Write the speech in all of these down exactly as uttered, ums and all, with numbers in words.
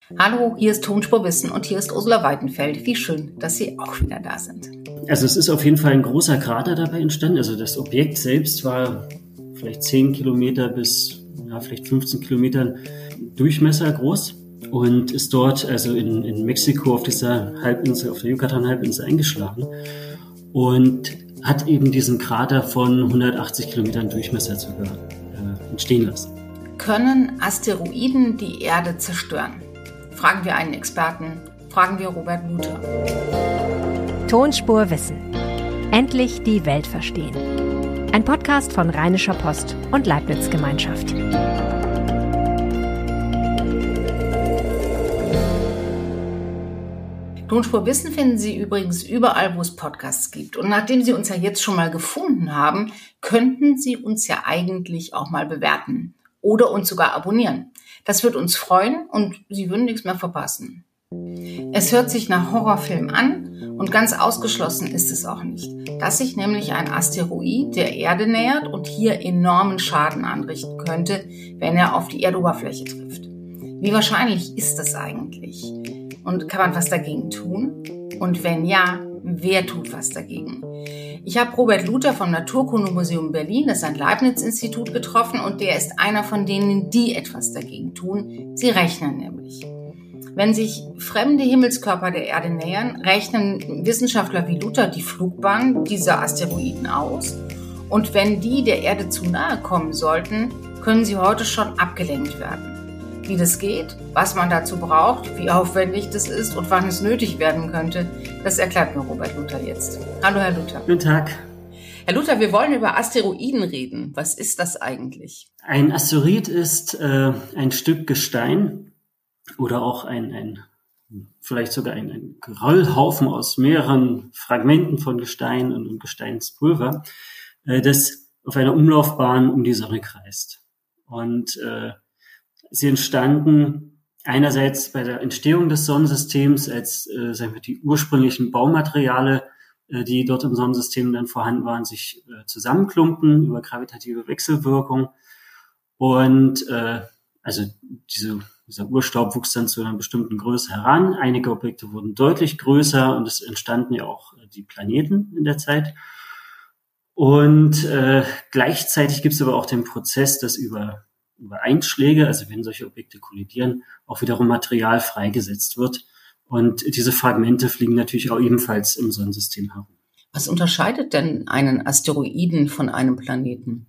Hallo, hier ist Tonspur Wissen und hier ist Ursula Weidenfeld. Wie schön, dass Sie auch wieder da sind. Also es ist auf jeden Fall ein großer Krater dabei entstanden. Also das Objekt selbst war vielleicht zehn Kilometer bis ja, vielleicht fünfzehn Kilometer Durchmesser groß und ist dort also in, in Mexiko auf dieser Halbinsel, auf der Yucatan-Halbinsel eingeschlagen und hat eben diesen Krater von hundertachtzig Kilometern Durchmesser sogar äh, entstehen lassen. Können Asteroiden die Erde zerstören? Fragen wir einen Experten, fragen wir Robert Luther. Tonspur Wissen. Endlich die Welt verstehen. Ein Podcast von Rheinischer Post und Leibniz Gemeinschaft. Tonspur Wissen finden Sie übrigens überall, wo es Podcasts gibt. Und nachdem Sie uns ja jetzt schon mal gefunden haben, könnten Sie uns ja eigentlich auch mal bewerten oder uns sogar abonnieren. Das wird uns freuen und Sie würden nichts mehr verpassen. Es hört sich nach Horrorfilm an und ganz ausgeschlossen ist es auch nicht, dass sich nämlich ein Asteroid der Erde nähert und hier enormen Schaden anrichten könnte, wenn er auf die Erdoberfläche trifft. Wie wahrscheinlich ist das eigentlich? Und kann man was dagegen tun? Und wenn ja, wer tut was dagegen? Ich habe Robert Luther vom Naturkundemuseum Berlin, das ist ein Leibniz-Institut, getroffen und der ist einer von denen, die etwas dagegen tun. Sie rechnen nämlich. Wenn sich fremde Himmelskörper der Erde nähern, rechnen Wissenschaftler wie Luther die Flugbahn dieser Asteroiden aus. Und wenn die der Erde zu nahe kommen sollten, können sie heute schon abgelenkt werden. Wie das geht, was man dazu braucht, wie aufwendig das ist und wann es nötig werden könnte, das erklärt mir Robert Luther jetzt. Hallo, Herr Luther. Guten Tag. Herr Luther, wir wollen über Asteroiden reden. Was ist das eigentlich? Ein Asteroid ist äh, ein Stück Gestein oder auch ein, ein vielleicht sogar ein, ein Geröllhaufen aus mehreren Fragmenten von Gestein und, und Gesteinspulver, äh, das auf einer Umlaufbahn um die Sonne kreist. Und äh, sie entstanden einerseits bei der Entstehung des Sonnensystems als äh, sagen wir, die ursprünglichen Baumaterialien, äh, die dort im Sonnensystem dann vorhanden waren, sich äh, zusammenklumpen über gravitative Wechselwirkung. Und äh, also diese, dieser Urstaub wuchs dann zu einer bestimmten Größe heran. Einige Objekte wurden deutlich größer und es entstanden ja auch äh, die Planeten in der Zeit. Und äh, gleichzeitig gibt es aber auch den Prozess, dass über über Einschläge, also wenn solche Objekte kollidieren, auch wiederum Material freigesetzt wird. Und diese Fragmente fliegen natürlich auch ebenfalls im Sonnensystem herum. Was unterscheidet denn einen Asteroiden von einem Planeten?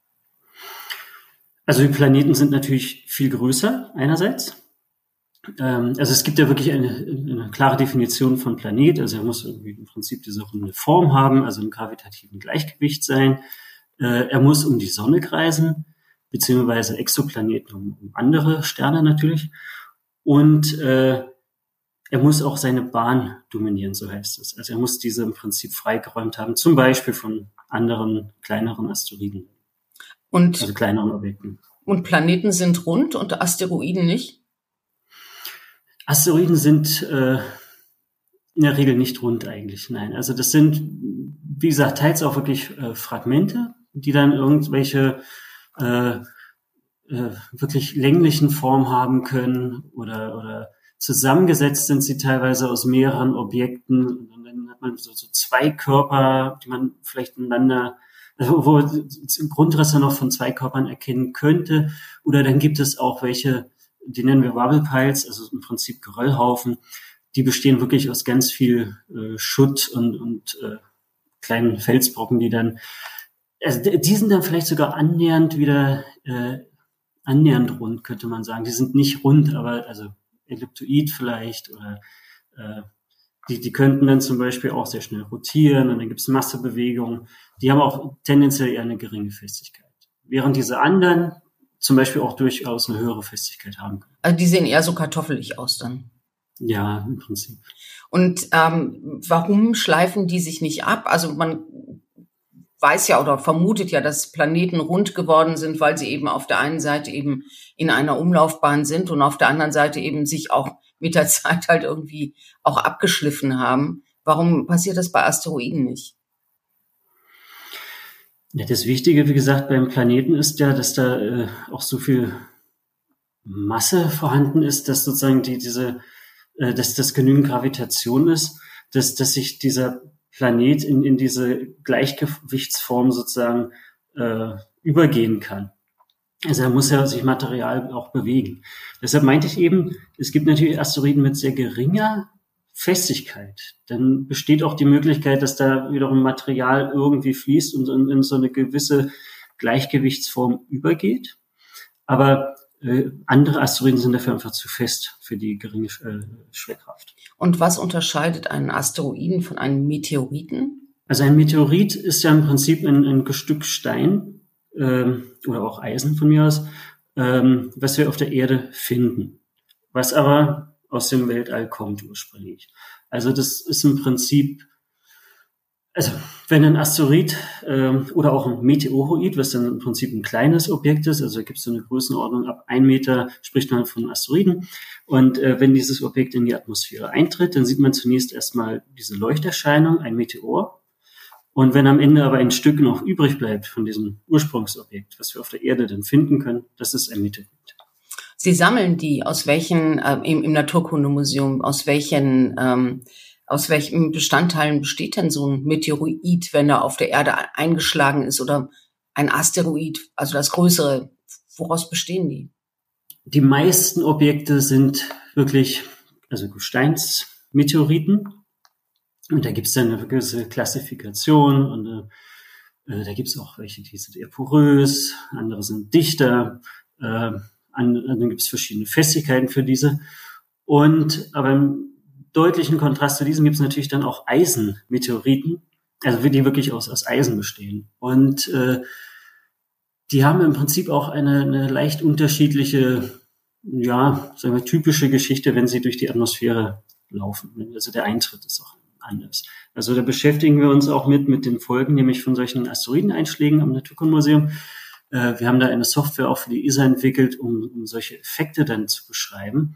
Also die Planeten sind natürlich viel größer einerseits. Ähm, also es gibt ja wirklich eine, eine klare Definition von Planet. Also er muss irgendwie im Prinzip diese runde Form haben, also im gravitativen Gleichgewicht sein. Äh, er muss um die Sonne kreisen, beziehungsweise Exoplaneten um, um andere Sterne natürlich. Und äh, er muss auch seine Bahn dominieren, so heißt es. Also er muss diese im Prinzip freigeräumt haben, zum Beispiel von anderen, kleineren Asteroiden. Und, also kleineren Objekten. Und Planeten sind rund und Asteroiden nicht? Asteroiden sind äh, in der Regel nicht rund eigentlich, nein. Also das sind, wie gesagt, teils auch wirklich äh, Fragmente, die dann irgendwelche Äh, äh, wirklich länglichen Form haben können oder oder zusammengesetzt sind sie teilweise aus mehreren Objekten und dann hat man so, so zwei Körper, die man vielleicht ineinander, also wo Grundrisse noch von zwei Körpern erkennen könnte, oder dann gibt es auch welche, die nennen wir Wobble Piles, also im Prinzip Geröllhaufen, die bestehen wirklich aus ganz viel äh, Schutt und und äh, kleinen Felsbrocken, die dann Also die sind dann vielleicht sogar annähernd wieder äh, annähernd rund, könnte man sagen. Die sind nicht rund, aber also elliptoid vielleicht oder äh, die die könnten dann zum Beispiel auch sehr schnell rotieren und dann gibt es Massebewegungen. Die haben auch tendenziell eher eine geringe Festigkeit, während diese anderen zum Beispiel auch durchaus eine höhere Festigkeit haben können. Also die sehen eher so kartoffelig aus dann. Ja, im Prinzip. Und ähm, warum schleifen die sich nicht ab? Also man weiß ja oder vermutet ja, dass Planeten rund geworden sind, weil sie eben auf der einen Seite eben in einer Umlaufbahn sind und auf der anderen Seite eben sich auch mit der Zeit halt irgendwie auch abgeschliffen haben. Warum passiert das bei Asteroiden nicht? Ja, das Wichtige, wie gesagt, beim Planeten ist ja, dass da äh, auch so viel Masse vorhanden ist, dass sozusagen die, diese, äh, dass das genügend Gravitation ist, dass, dass sich dieser Planet in, in diese Gleichgewichtsform sozusagen äh, übergehen kann. Also da muss ja sich Material auch bewegen. Deshalb meinte ich eben, es gibt natürlich Asteroiden mit sehr geringer Festigkeit. Dann besteht auch die Möglichkeit, dass da wiederum Material irgendwie fließt und in, in so eine gewisse Gleichgewichtsform übergeht. Aber äh, andere Asteroiden sind dafür einfach zu fest für die geringe äh, Schwerkraft. Und was unterscheidet einen Asteroiden von einem Meteoriten? Also ein Meteorit ist ja im Prinzip ein, ein Stück Stein ähm, oder auch Eisen von mir aus, ähm, was wir auf der Erde finden, was aber aus dem Weltall kommt ursprünglich. Also das ist im Prinzip, also wenn ein Asteroid äh, oder auch ein Meteoroid, was dann im Prinzip ein kleines Objekt ist, also da gibt es so eine Größenordnung, ab ein Meter spricht man von Asteroiden. Und äh, wenn dieses Objekt in die Atmosphäre eintritt, dann sieht man zunächst erstmal diese Leuchterscheinung, ein Meteor. Und wenn am Ende aber ein Stück noch übrig bleibt von diesem Ursprungsobjekt, was wir auf der Erde dann finden können, das ist ein Meteorit. Sie sammeln die aus welchen, äh, im, im Naturkundemuseum, aus welchen, ähm, aus welchen Bestandteilen besteht denn so ein Meteoroid, wenn er auf der Erde eingeschlagen ist, oder ein Asteroid, also das größere, woraus bestehen die? Die meisten Objekte sind wirklich, also Gesteinsmeteoriten. Und da gibt es dann eine gewisse Klassifikation und äh, da gibt es auch welche, die sind eher porös, andere sind dichter, äh, an, dann gibt es verschiedene Festigkeiten für diese. Und aber im deutlichen Kontrast zu diesen gibt es natürlich dann auch Eisenmeteoriten, also die wirklich aus, aus Eisen bestehen. Und äh, die haben im Prinzip auch eine, eine leicht unterschiedliche, ja, sagen wir, typische Geschichte, wenn sie durch die Atmosphäre laufen. Also der Eintritt ist auch anders. Also da beschäftigen wir uns auch mit, mit den Folgen, nämlich von solchen Asteroideneinschlägen am Naturkundemuseum. Äh, wir haben da eine Software auch für die E S A entwickelt, um, um solche Effekte dann zu beschreiben.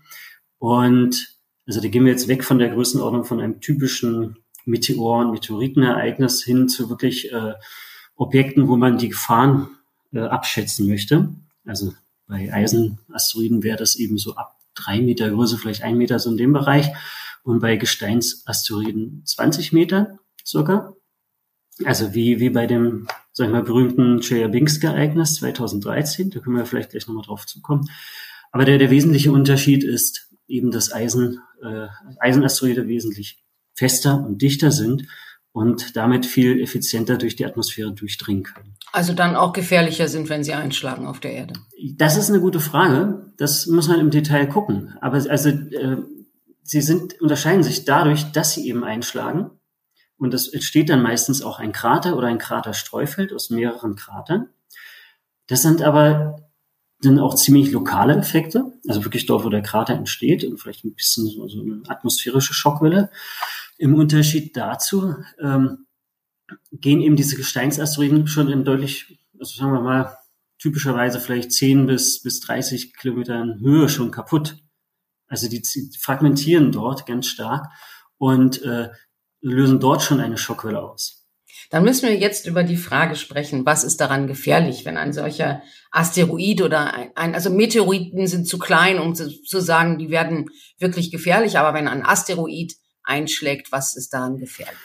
Und also da gehen wir jetzt weg von der Größenordnung von einem typischen Meteor- und Meteoritenereignis hin zu wirklich äh, Objekten, wo man die Gefahren äh, abschätzen möchte. Also bei Eisenasteroiden wäre das eben so ab drei Meter Größe, vielleicht ein Meter so in dem Bereich. Und bei Gesteinsasteroiden zwanzig Meter circa. Also wie, wie bei dem, sag ich mal, berühmten Chelyabinsk-Ereignis zweitausenddreizehn. Da können wir vielleicht gleich nochmal drauf zukommen. Aber der, der wesentliche Unterschied ist eben, dass Eisen, äh, Eisenasteroide wesentlich fester und dichter sind und damit viel effizienter durch die Atmosphäre durchdringen können. Also dann auch gefährlicher sind, wenn sie einschlagen auf der Erde? Das ist eine gute Frage. Das muss man im Detail gucken. Aber also äh, sie sind, unterscheiden sich dadurch, dass sie eben einschlagen. Und es entsteht dann meistens auch ein Krater oder ein Kraterstreufeld aus mehreren Kratern. Das sind aber dann auch ziemlich lokale Effekte. Also wirklich dort, wo der Krater entsteht und vielleicht ein bisschen so, so eine atmosphärische Schockwelle. Im Unterschied dazu ähm, gehen eben diese Gesteinsasteroiden schon in deutlich, also sagen wir mal, typischerweise vielleicht zehn bis, bis dreißig Kilometern Höhe schon kaputt. Also die, die fragmentieren dort ganz stark und äh, lösen dort schon eine Schockwelle aus. Dann müssen wir jetzt über die Frage sprechen, was ist daran gefährlich, wenn ein solcher Asteroid oder ein, ein also Meteoriten sind zu klein, um zu, zu sagen, die werden wirklich gefährlich, aber wenn ein Asteroid einschlägt, was ist daran gefährlich?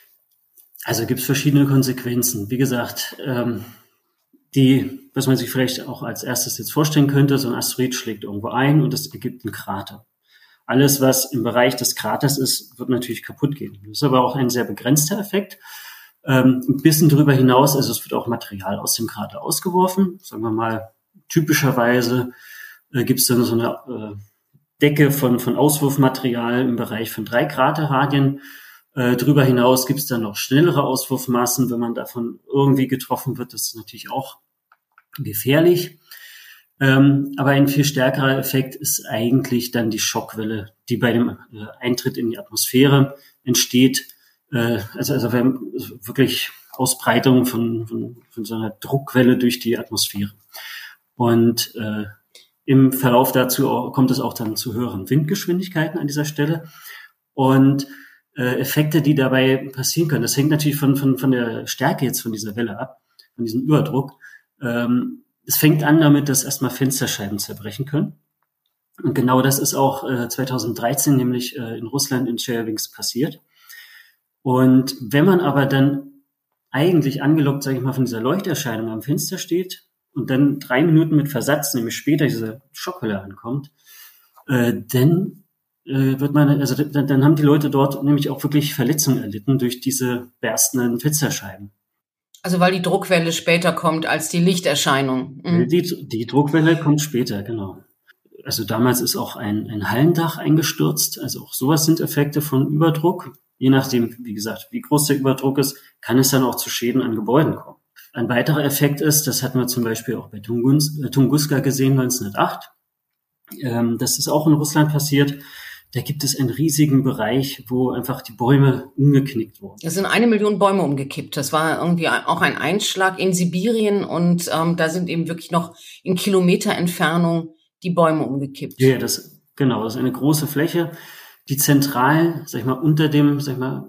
Also gibt es verschiedene Konsequenzen. Wie gesagt, ähm, die, was man sich vielleicht auch als erstes jetzt vorstellen könnte, so ein Asteroid schlägt irgendwo ein und es ergibt einen Krater. Alles, was im Bereich des Kraters ist, wird natürlich kaputt gehen. Das ist aber auch ein sehr begrenzter Effekt. Ähm, ein bisschen darüber hinaus, also es wird auch Material aus dem Krater ausgeworfen. Sagen wir mal, typischerweise äh, gibt es dann so eine äh, Decke von, von Auswurfmaterial im Bereich von drei Kraterradien. Äh, darüber hinaus gibt es dann noch schnellere Auswurfmassen, wenn man davon irgendwie getroffen wird. Das ist natürlich auch gefährlich. Ähm, aber ein viel stärkerer Effekt ist eigentlich dann die Schockwelle, die bei dem äh, Eintritt in die Atmosphäre entsteht. Äh, also, also wirklich Ausbreitung von, von, von so einer Druckwelle durch die Atmosphäre. Und äh, im Verlauf dazu auch, kommt es auch dann zu höheren Windgeschwindigkeiten an dieser Stelle. Und äh, Effekte, die dabei passieren können, das hängt natürlich von, von, von der Stärke jetzt von dieser Welle ab, von diesem Überdruck. Ähm, Es fängt an damit, dass erstmal Fensterscheiben zerbrechen können. Und genau das ist auch äh, zweitausenddreizehn nämlich äh, in Russland in Chelyabinsk passiert. Und wenn man aber dann eigentlich angelockt, sage ich mal, von dieser Leuchterscheinung am Fenster steht und dann drei Minuten mit Versatz, nämlich später diese Schockwelle ankommt, äh, dann äh, wird man, also dann, dann haben die Leute dort nämlich auch wirklich Verletzungen erlitten durch diese berstenden Fensterscheiben. Also weil die Druckwelle später kommt als die Lichterscheinung. Mhm. Die, die Druckwelle kommt später, genau. Also damals ist auch ein, ein Hallendach eingestürzt. Also auch sowas sind Effekte von Überdruck. Je nachdem, wie gesagt, wie groß der Überdruck ist, kann es dann auch zu Schäden an Gebäuden kommen. Ein weiterer Effekt ist, das hatten wir zum Beispiel auch bei Tunguska gesehen neunzehnhundertacht. Ähm, das ist auch in Russland passiert. Da gibt es einen riesigen Bereich, wo einfach die Bäume umgeknickt wurden. Es sind eine Million Bäume umgekippt. Das war irgendwie auch ein Einschlag in Sibirien und ähm, da sind eben wirklich noch in Kilometer Entfernung die Bäume umgekippt. Ja, das genau, das ist eine große Fläche, die zentral, sag ich mal, unter dem, sag ich mal,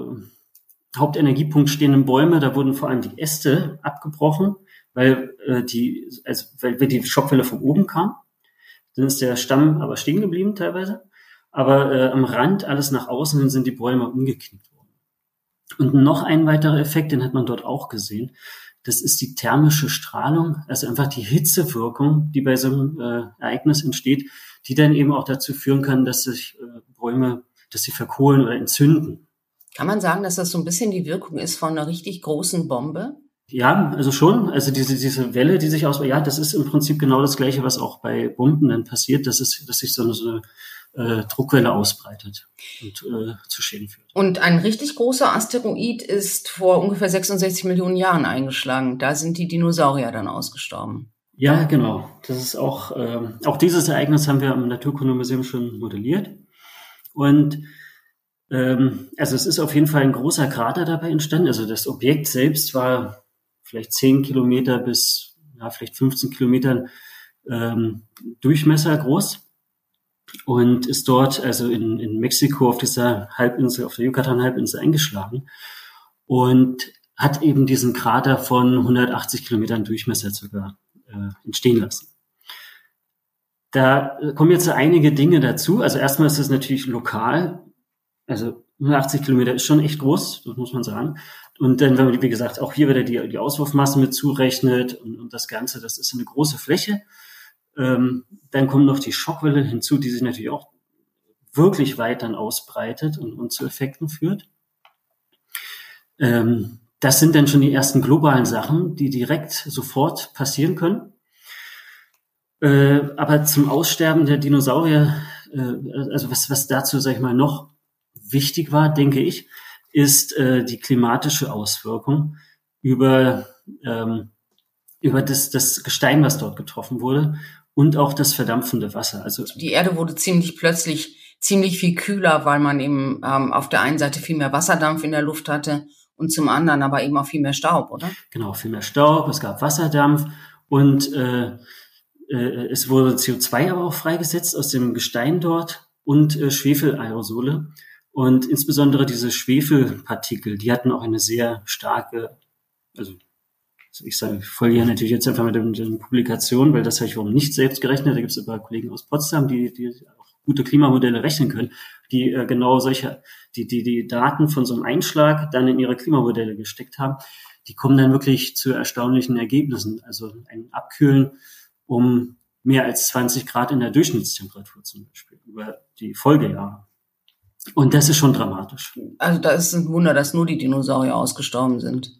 äh, Hauptenergiepunkt stehenden Bäume, da wurden vor allem die Äste abgebrochen, weil äh, die, also weil, weil die Schockwelle von oben kam. Dann ist der Stamm aber stehen geblieben teilweise. Aber äh, am Rand, alles nach außen hin, sind die Bäume umgeknickt worden. Und noch ein weiterer Effekt, den hat man dort auch gesehen, das ist die thermische Strahlung, also einfach die Hitzewirkung, die bei so einem äh, Ereignis entsteht, die dann eben auch dazu führen kann, dass sich äh, Bäume, dass sie verkohlen oder entzünden. Kann man sagen, dass das so ein bisschen die Wirkung ist von einer richtig großen Bombe? Ja, also schon. Also diese diese Welle, die sich aus, ja, das ist im Prinzip genau das Gleiche, was auch bei Bomben dann passiert, dass es, dass sich so eine, so eine äh, Druckwelle ausbreitet und äh, zu Schäden führt. Und ein richtig großer Asteroid ist vor ungefähr sechsundsechzig Millionen Jahren eingeschlagen. Da sind die Dinosaurier dann ausgestorben. Ja, genau. Das ist auch ähm, auch dieses Ereignis haben wir am Naturkundemuseum schon modelliert. Und ähm, also es ist auf jeden Fall ein großer Krater dabei entstanden. Also das Objekt selbst war vielleicht zehn Kilometer bis ja, vielleicht fünfzehn Kilometern ähm, Durchmesser groß und ist dort also in, in Mexiko auf dieser Halbinsel, auf der Yucatan-Halbinsel eingeschlagen und hat eben diesen Krater von hundertachtzig Kilometern Durchmesser circa äh, entstehen lassen. Da kommen jetzt einige Dinge dazu. Also erstmal ist es natürlich lokal, also hundertachtzig Kilometer ist schon echt groß, das muss man sagen. Und dann, wenn man, wie gesagt, auch hier wieder die, die Auswurfmassen mit zurechnet und, und das Ganze, das ist eine große Fläche. Ähm, dann kommt noch die Schockwelle hinzu, die sich natürlich auch wirklich weit dann ausbreitet und, und zu Effekten führt. Ähm, das sind dann schon die ersten globalen Sachen, die direkt sofort passieren können. Äh, aber zum Aussterben der Dinosaurier, äh, also was, was dazu, sag ich mal, noch wichtig war, denke ich, ist äh, die klimatische Auswirkung über ähm, über das, das Gestein, was dort getroffen wurde und auch das verdampfende Wasser. Also die Erde wurde ziemlich plötzlich ziemlich viel kühler, weil man eben ähm, auf der einen Seite viel mehr Wasserdampf in der Luft hatte und zum anderen aber eben auch viel mehr Staub, oder? Genau, viel mehr Staub, es gab Wasserdampf und äh, äh, es wurde C O zwei aber auch freigesetzt aus dem Gestein dort und äh, Schwefelaerosole. Und insbesondere diese Schwefelpartikel, die hatten auch eine sehr starke, also ich sage, ich folge hier natürlich jetzt einfach mit den, den Publikationen, weil das habe ich warum nicht selbst gerechnet. Da gibt es aber Kollegen aus Potsdam, die, die auch gute Klimamodelle rechnen können, die äh, genau solche, die, die die Daten von so einem Einschlag dann in ihre Klimamodelle gesteckt haben. Die kommen dann wirklich zu erstaunlichen Ergebnissen. Also ein Abkühlen um mehr als zwanzig Grad in der Durchschnittstemperatur zum Beispiel über die Folgejahre. Und das ist schon dramatisch. Also da ist ein Wunder, dass nur die Dinosaurier ausgestorben sind.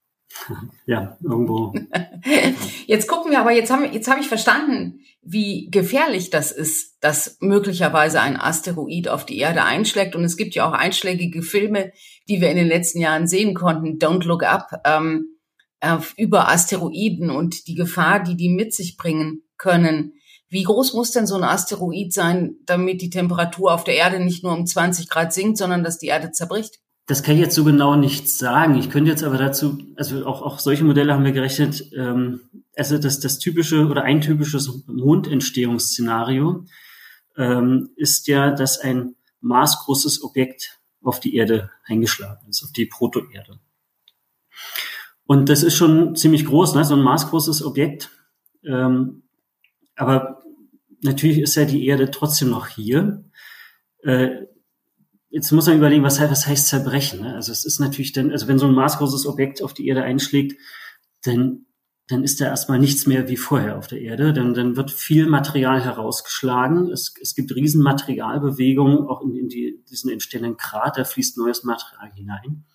Ja, irgendwo. Jetzt gucken wir aber, jetzt haben, jetzt habe ich verstanden, wie gefährlich das ist, dass möglicherweise ein Asteroid auf die Erde einschlägt. Und es gibt ja auch einschlägige Filme, die wir in den letzten Jahren sehen konnten. Don't Look Up, ähm, äh, über Asteroiden und die Gefahr, die die mit sich bringen können. Wie groß muss denn so ein Asteroid sein, damit die Temperatur auf der Erde nicht nur um zwanzig Grad sinkt, sondern dass die Erde zerbricht? Das kann ich jetzt so genau nicht sagen. Ich könnte jetzt aber dazu, also auch, auch solche Modelle haben wir gerechnet, ähm, also das, das typische oder ein typisches Mondentstehungsszenario ähm, ist ja, dass ein maßgroßes Objekt auf die Erde eingeschlagen ist, auf die Protoerde. Und das ist schon ziemlich groß, ne? So ein maßgroßes Objekt. Ähm, aber natürlich ist ja die Erde trotzdem noch hier. Äh, jetzt muss man überlegen, was heißt, was heißt zerbrechen? Ne? Also es ist natürlich dann, also wenn so ein maßgroßes Objekt auf die Erde einschlägt, dann dann ist da erstmal nichts mehr wie vorher auf der Erde. Dann, dann wird viel Material herausgeschlagen. Es, es gibt riesen Materialbewegungen, auch in, in die, diesen entstehenden Krater fließt neues Material hinein.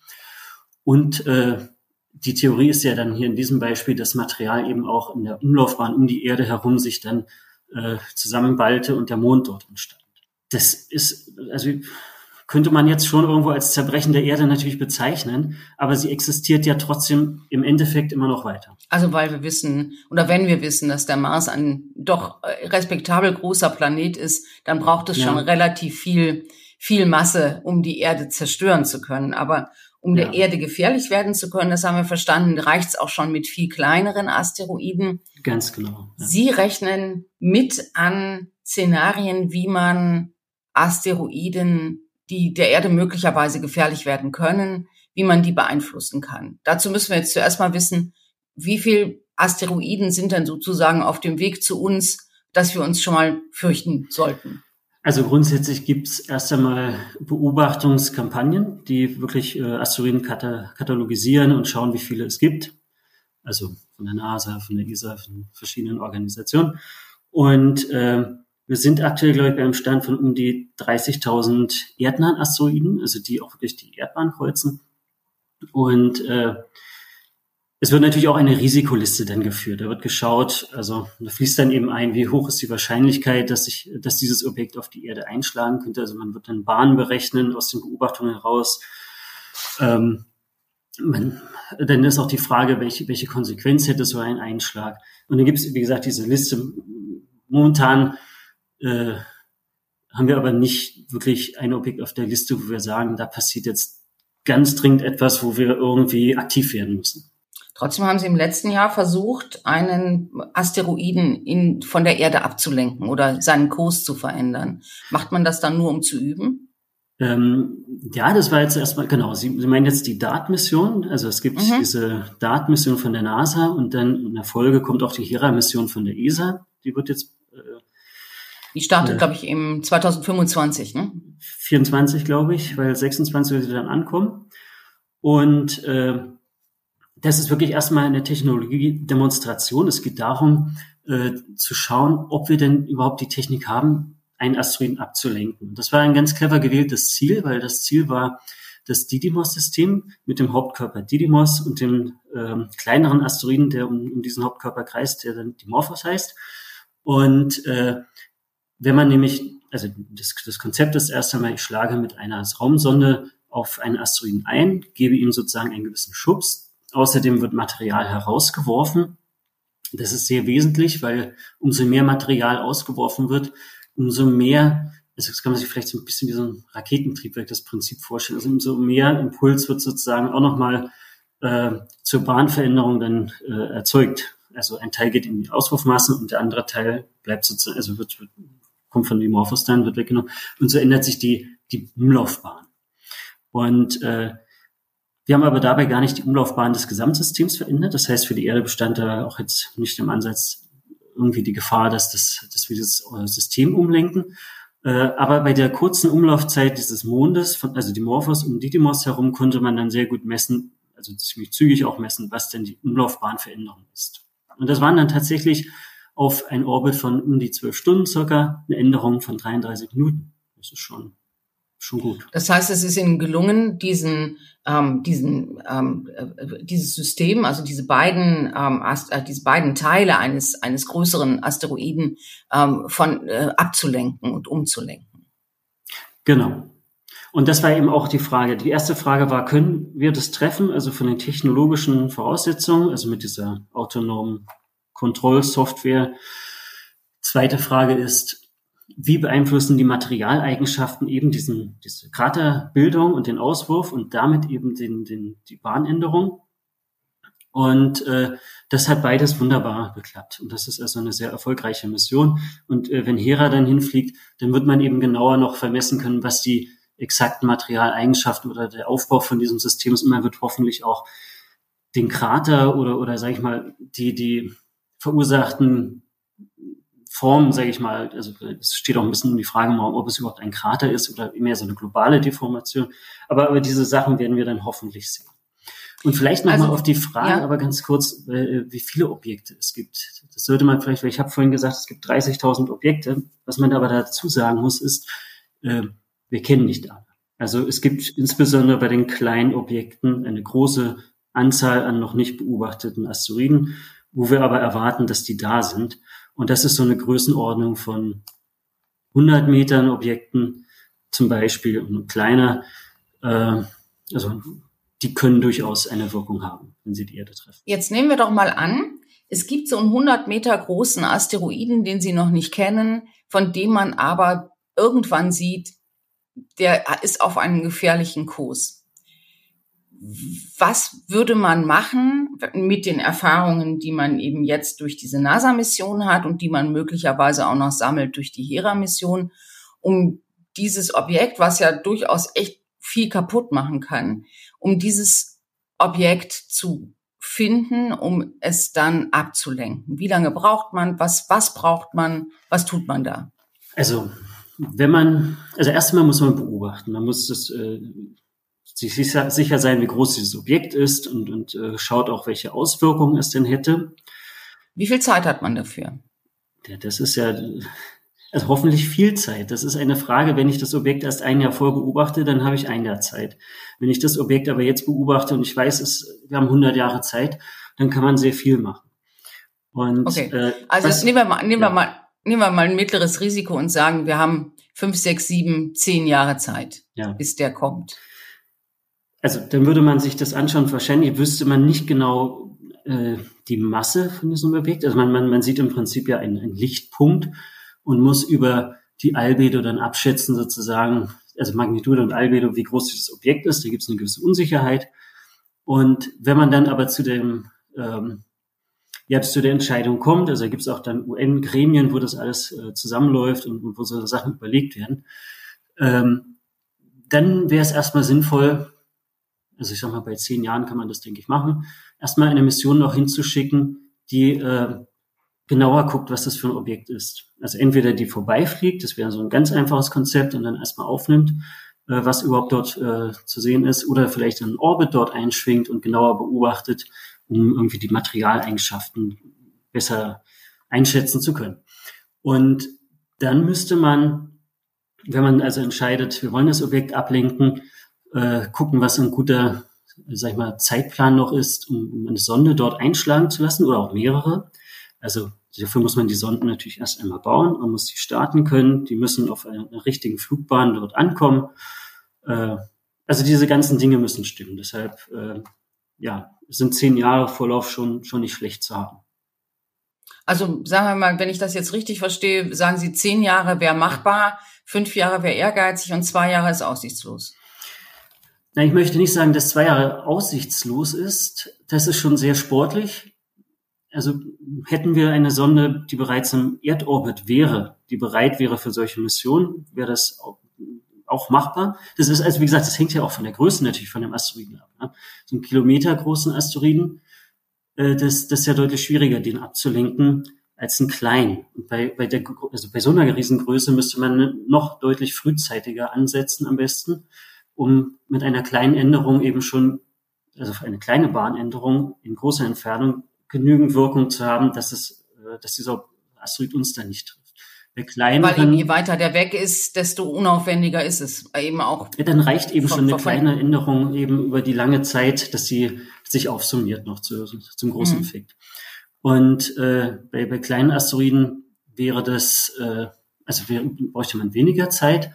Und äh, die Theorie ist ja dann hier in diesem Beispiel, dass Material eben auch in der Umlaufbahn um die Erde herum sich dann äh, zusammenballte und der Mond dort entstand. Das ist, also könnte man jetzt schon irgendwo als Zerbrechen der Erde natürlich bezeichnen, aber sie existiert ja trotzdem im Endeffekt immer noch weiter. Also weil wir wissen, oder wenn wir wissen, dass der Mars ein doch respektabel großer Planet ist, dann braucht es ja schon relativ viel, viel Masse, um die Erde zerstören zu können. Aber um ja. der Erde gefährlich werden zu können, das haben wir verstanden, reicht es auch schon mit viel kleineren Asteroiden. Ganz genau. Ja. Sie rechnen mit an Szenarien, wie man Asteroiden, die der Erde möglicherweise gefährlich werden können, wie man die beeinflussen kann. Dazu müssen wir jetzt zuerst mal wissen, wie viel Asteroiden sind denn sozusagen auf dem Weg zu uns, dass wir uns schon mal fürchten sollten? Also grundsätzlich gibt es erst einmal Beobachtungskampagnen, die wirklich äh, Asteroiden kata- katalogisieren und schauen, wie viele es gibt. Also von der NASA, von der E S A, von verschiedenen Organisationen. Und äh, wir sind aktuell, glaube ich, bei einem Stand von um die dreißigtausend erdnahen Asteroiden, also die auch wirklich die Erdbahn kreuzen. Und äh, es wird natürlich auch eine Risikoliste dann geführt. Da wird geschaut, also da fließt dann eben ein, wie hoch ist die Wahrscheinlichkeit, dass sich, dass dieses Objekt auf die Erde einschlagen könnte. Also man wird dann Bahnen berechnen aus den Beobachtungen heraus. Ähm, man, dann ist auch die Frage, welche, welche Konsequenz hätte so ein Einschlag. Und dann gibt es, wie gesagt, diese Liste. Momentan äh, haben wir aber nicht wirklich ein Objekt auf der Liste, wo wir sagen, da passiert jetzt ganz dringend etwas, wo wir irgendwie aktiv werden müssen. Trotzdem haben Sie im letzten Jahr versucht, einen Asteroiden in, von der Erde abzulenken oder seinen Kurs zu verändern. Macht man das dann nur, um zu üben? Ähm, ja, das war jetzt erstmal, genau, Sie, Sie meinen jetzt die D A R T-Mission. Also es gibt mhm. diese D A R T-Mission von der NASA und dann in der Folge kommt auch die Hera-Mission von der E S A. Die wird jetzt äh, Die startet, äh, glaube ich, im zwanzig fünfundzwanzig, ne? vierundzwanzig, glaube ich, weil sechsundzwanzig wird sie dann ankommen. Und äh, das ist wirklich erstmal eine Technologie-Demonstration. Es geht darum, äh, zu schauen, ob wir denn überhaupt die Technik haben, einen Asteroiden abzulenken. Das war ein ganz clever gewähltes Ziel, weil das Ziel war das Didymos-System mit dem Hauptkörper Didymos und dem äh, kleineren Asteroiden, der um, um diesen Hauptkörper kreist, der dann Dimorphos heißt. Und äh, wenn man nämlich, also das, das Konzept ist erst einmal, ich schlage mit einer Raumsonde auf einen Asteroiden ein, gebe ihm sozusagen einen gewissen Schubs. Außerdem wird Material herausgeworfen. Das ist sehr wesentlich, weil umso mehr Material ausgeworfen wird, umso mehr, also das kann man sich vielleicht so ein bisschen wie so ein Raketentriebwerk das Prinzip vorstellen, also umso mehr Impuls wird sozusagen auch nochmal äh, zur Bahnveränderung dann äh, erzeugt. Also ein Teil geht in die Auswurfmassen und der andere Teil bleibt sozusagen, also wird, wird kommt von Dimorphos dann, wird weggenommen und so ändert sich die die Umlaufbahn. Und äh, wir haben aber dabei gar nicht die Umlaufbahn des Gesamtsystems verändert. Das heißt, für die Erde bestand da auch jetzt nicht im Ansatz irgendwie die Gefahr, dass, das, dass wir das System umlenken. Äh, aber bei der kurzen Umlaufzeit dieses Mondes, von, also Dimorphos um Didymos herum, konnte man dann sehr gut messen, also ziemlich zügig auch messen, was denn die Umlaufbahnveränderung ist. Und das waren dann tatsächlich auf ein Orbit von um die zwölf Stunden circa eine Änderung von dreiunddreißig Minuten. Das ist schon schon gut. Das heißt, es ist Ihnen gelungen, diesen, ähm, diesen, ähm, äh, dieses System, also diese beiden, ähm, Ast- äh, diese beiden Teile eines eines größeren Asteroiden ähm, von äh, abzulenken und umzulenken. Genau. Und das war eben auch die Frage. Die erste Frage war, können wir das treffen, also von den technologischen Voraussetzungen, also mit dieser autonomen Kontrollsoftware. Zweite Frage ist, wie beeinflussen die Materialeigenschaften eben diesen, diese Kraterbildung und den Auswurf und damit eben den, den, die Bahnänderung? Und äh, das hat beides wunderbar geklappt. Und das ist also eine sehr erfolgreiche Mission. Und äh, wenn Hera dann hinfliegt, dann wird man eben genauer noch vermessen können, was die exakten Materialeigenschaften oder der Aufbau von diesem System ist. Und man wird hoffentlich auch den Krater oder, oder sage ich mal, die, die verursachten Form, sage ich mal, also es steht auch ein bisschen um die Frage, ob es überhaupt ein Krater ist oder mehr so eine globale Deformation. Aber, aber diese Sachen werden wir dann hoffentlich sehen. Und vielleicht nochmal also, auf die Frage, ja. aber ganz kurz, äh, wie viele Objekte es gibt. Das sollte man vielleicht, weil ich habe vorhin gesagt, es gibt dreißigtausend Objekte. Was man aber dazu sagen muss, ist, äh, wir kennen nicht alle. Also es gibt insbesondere bei den kleinen Objekten eine große Anzahl an noch nicht beobachteten Asteroiden, wo wir aber erwarten, dass die da sind. Und das ist so eine Größenordnung von hundert Metern Objekten zum Beispiel und kleiner, äh, also die können durchaus eine Wirkung haben, wenn sie die Erde treffen. Jetzt nehmen wir doch mal an, es gibt so einen hundert Meter großen Asteroiden, den Sie noch nicht kennen, von dem man aber irgendwann sieht, der ist auf einem gefährlichen Kurs. Was würde man machen mit den Erfahrungen, die man eben jetzt durch diese NASA-Mission hat und die man möglicherweise auch noch sammelt durch die Hera-Mission, um dieses Objekt, was ja durchaus echt viel kaputt machen kann, um dieses Objekt zu finden, um es dann abzulenken? Wie lange braucht man? Was, was braucht man? Was tut man da? Also, wenn man, also erstmal muss man beobachten. Man muss das, äh, sich sicher, sicher sein, wie groß dieses Objekt ist und, und äh, schaut auch, welche Auswirkungen es denn hätte. Wie viel Zeit hat man dafür? Ja, das ist ja, also hoffentlich viel Zeit. Das ist eine Frage, wenn ich das Objekt erst ein Jahr vorher beobachte, dann habe ich ein Jahr Zeit. Wenn ich das Objekt aber jetzt beobachte und ich weiß, es, wir haben hundert Jahre Zeit, dann kann man sehr viel machen. Und, okay, äh, also was, nehmen wir mal, nehmen ja. wir mal, nehmen wir mal ein mittleres Risiko und sagen, wir haben fünf, sechs, sieben, zehn Jahre Zeit, ja. bis der kommt. Also dann würde man sich das anschauen. Wahrscheinlich wüsste man nicht genau äh, die Masse von diesem Objekt. Also man, man, man sieht im Prinzip ja einen, einen Lichtpunkt und muss über die Albedo dann abschätzen sozusagen, also Magnitude und Albedo, wie groß dieses Objekt ist. Da gibt es eine gewisse Unsicherheit. Und wenn man dann aber zu dem ähm, ja, zu der Entscheidung kommt, also da gibt es auch dann U N-Gremien, wo das alles äh, zusammenläuft und, und wo so Sachen überlegt werden, ähm, dann wäre es erstmal sinnvoll, also ich sag mal, bei zehn Jahren kann man das, denke ich, machen, erstmal eine Mission noch hinzuschicken, die äh, genauer guckt, was das für ein Objekt ist. Also entweder die vorbeifliegt, das wäre so ein ganz einfaches Konzept, und dann erstmal aufnimmt, äh, was überhaupt dort äh, zu sehen ist, oder vielleicht einen Orbit dort einschwingt und genauer beobachtet, um irgendwie die Materialeigenschaften besser einschätzen zu können. Und dann müsste man, wenn man also entscheidet, wir wollen das Objekt ablenken, äh, gucken, was ein guter, sag ich mal, Zeitplan noch ist, um, um eine Sonde dort einschlagen zu lassen oder auch mehrere. Also dafür muss man die Sonden natürlich erst einmal bauen, man muss sie starten können, die müssen auf einer, einer richtigen Flugbahn dort ankommen. Äh, also diese ganzen Dinge müssen stimmen. Deshalb äh, ja, sind zehn Jahre Vorlauf schon schon nicht schlecht zu haben. Also sagen wir mal, wenn ich das jetzt richtig verstehe, sagen Sie, zehn Jahre wäre machbar, fünf Jahre wäre ehrgeizig und zwei Jahre ist aussichtslos. Na, ich möchte nicht sagen, dass zwei Jahre aussichtslos ist. Das ist schon sehr sportlich. Also hätten wir eine Sonde, die bereits im Erdorbit wäre, die bereit wäre für solche Missionen, wäre das auch, auch machbar. Das ist, also wie gesagt, das hängt ja auch von der Größe natürlich von dem Asteroiden ab. Ne? So einen Kilometer großen Asteroiden, äh, das, das ist ja deutlich schwieriger, den abzulenken, als einen kleinen. Und bei, bei der, also bei so einer Riesengröße müsste man noch deutlich frühzeitiger ansetzen am besten, um mit einer kleinen Änderung eben schon, also eine kleine Bahnänderung in großer Entfernung genügend Wirkung zu haben, dass es, dass dieser Asteroid uns dann nicht trifft. Bei kleineren, Weil eben je weiter der weg ist, desto unaufwendiger ist es eben auch. Ja, dann reicht eben von, schon eine von, kleine Änderung eben über die lange Zeit, dass sie sich aufsummiert noch zu, zum großen mhm. Effekt. Und äh, bei, bei kleinen Asteroiden wäre das, äh, also wär, bräuchte man weniger Zeit.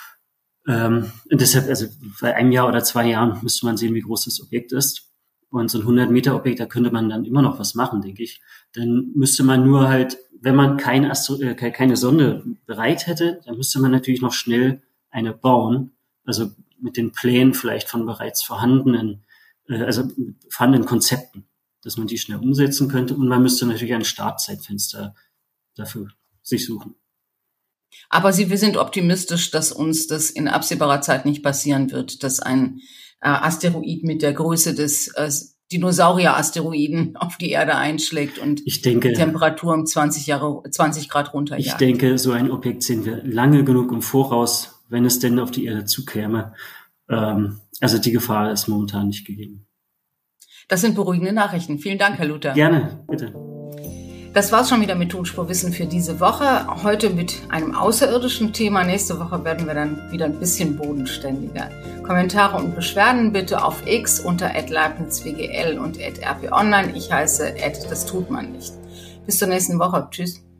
Ähm, und deshalb, also bei einem Jahr oder zwei Jahren müsste man sehen, wie groß das Objekt ist. Und so ein hundert Meter Objekt, da könnte man dann immer noch was machen, denke ich. Dann müsste man nur halt, wenn man kein Astro- äh, keine Sonde bereit hätte, dann müsste man natürlich noch schnell eine bauen. Also mit den Plänen vielleicht von bereits vorhandenen, äh, also vorhandenen Konzepten, dass man die schnell umsetzen könnte. Und man müsste natürlich ein Startzeitfenster dafür sich suchen. Aber Sie, wir sind optimistisch, dass uns das in absehbarer Zeit nicht passieren wird, dass ein äh, Asteroid mit der Größe des, äh, Dinosaurier-Asteroiden auf die Erde einschlägt und ich denke, die Temperatur um zwanzig Jahre, zwanzig Grad runterjagt. Ich denke, so ein Objekt sehen wir lange genug im Voraus, wenn es denn auf die Erde zukäme. Ähm, also die Gefahr ist momentan nicht gegeben. Das sind beruhigende Nachrichten. Vielen Dank, Herr Luther. Gerne, bitte. Das war's schon wieder mit Tonspurwissen für diese Woche. Heute mit einem außerirdischen Thema. Nächste Woche werden wir dann wieder ein bisschen bodenständiger. Kommentare und Beschwerden bitte auf X unter at leibniz w g l und at r p online. Ich heiße at das tut man nicht. Bis zur nächsten Woche. Tschüss.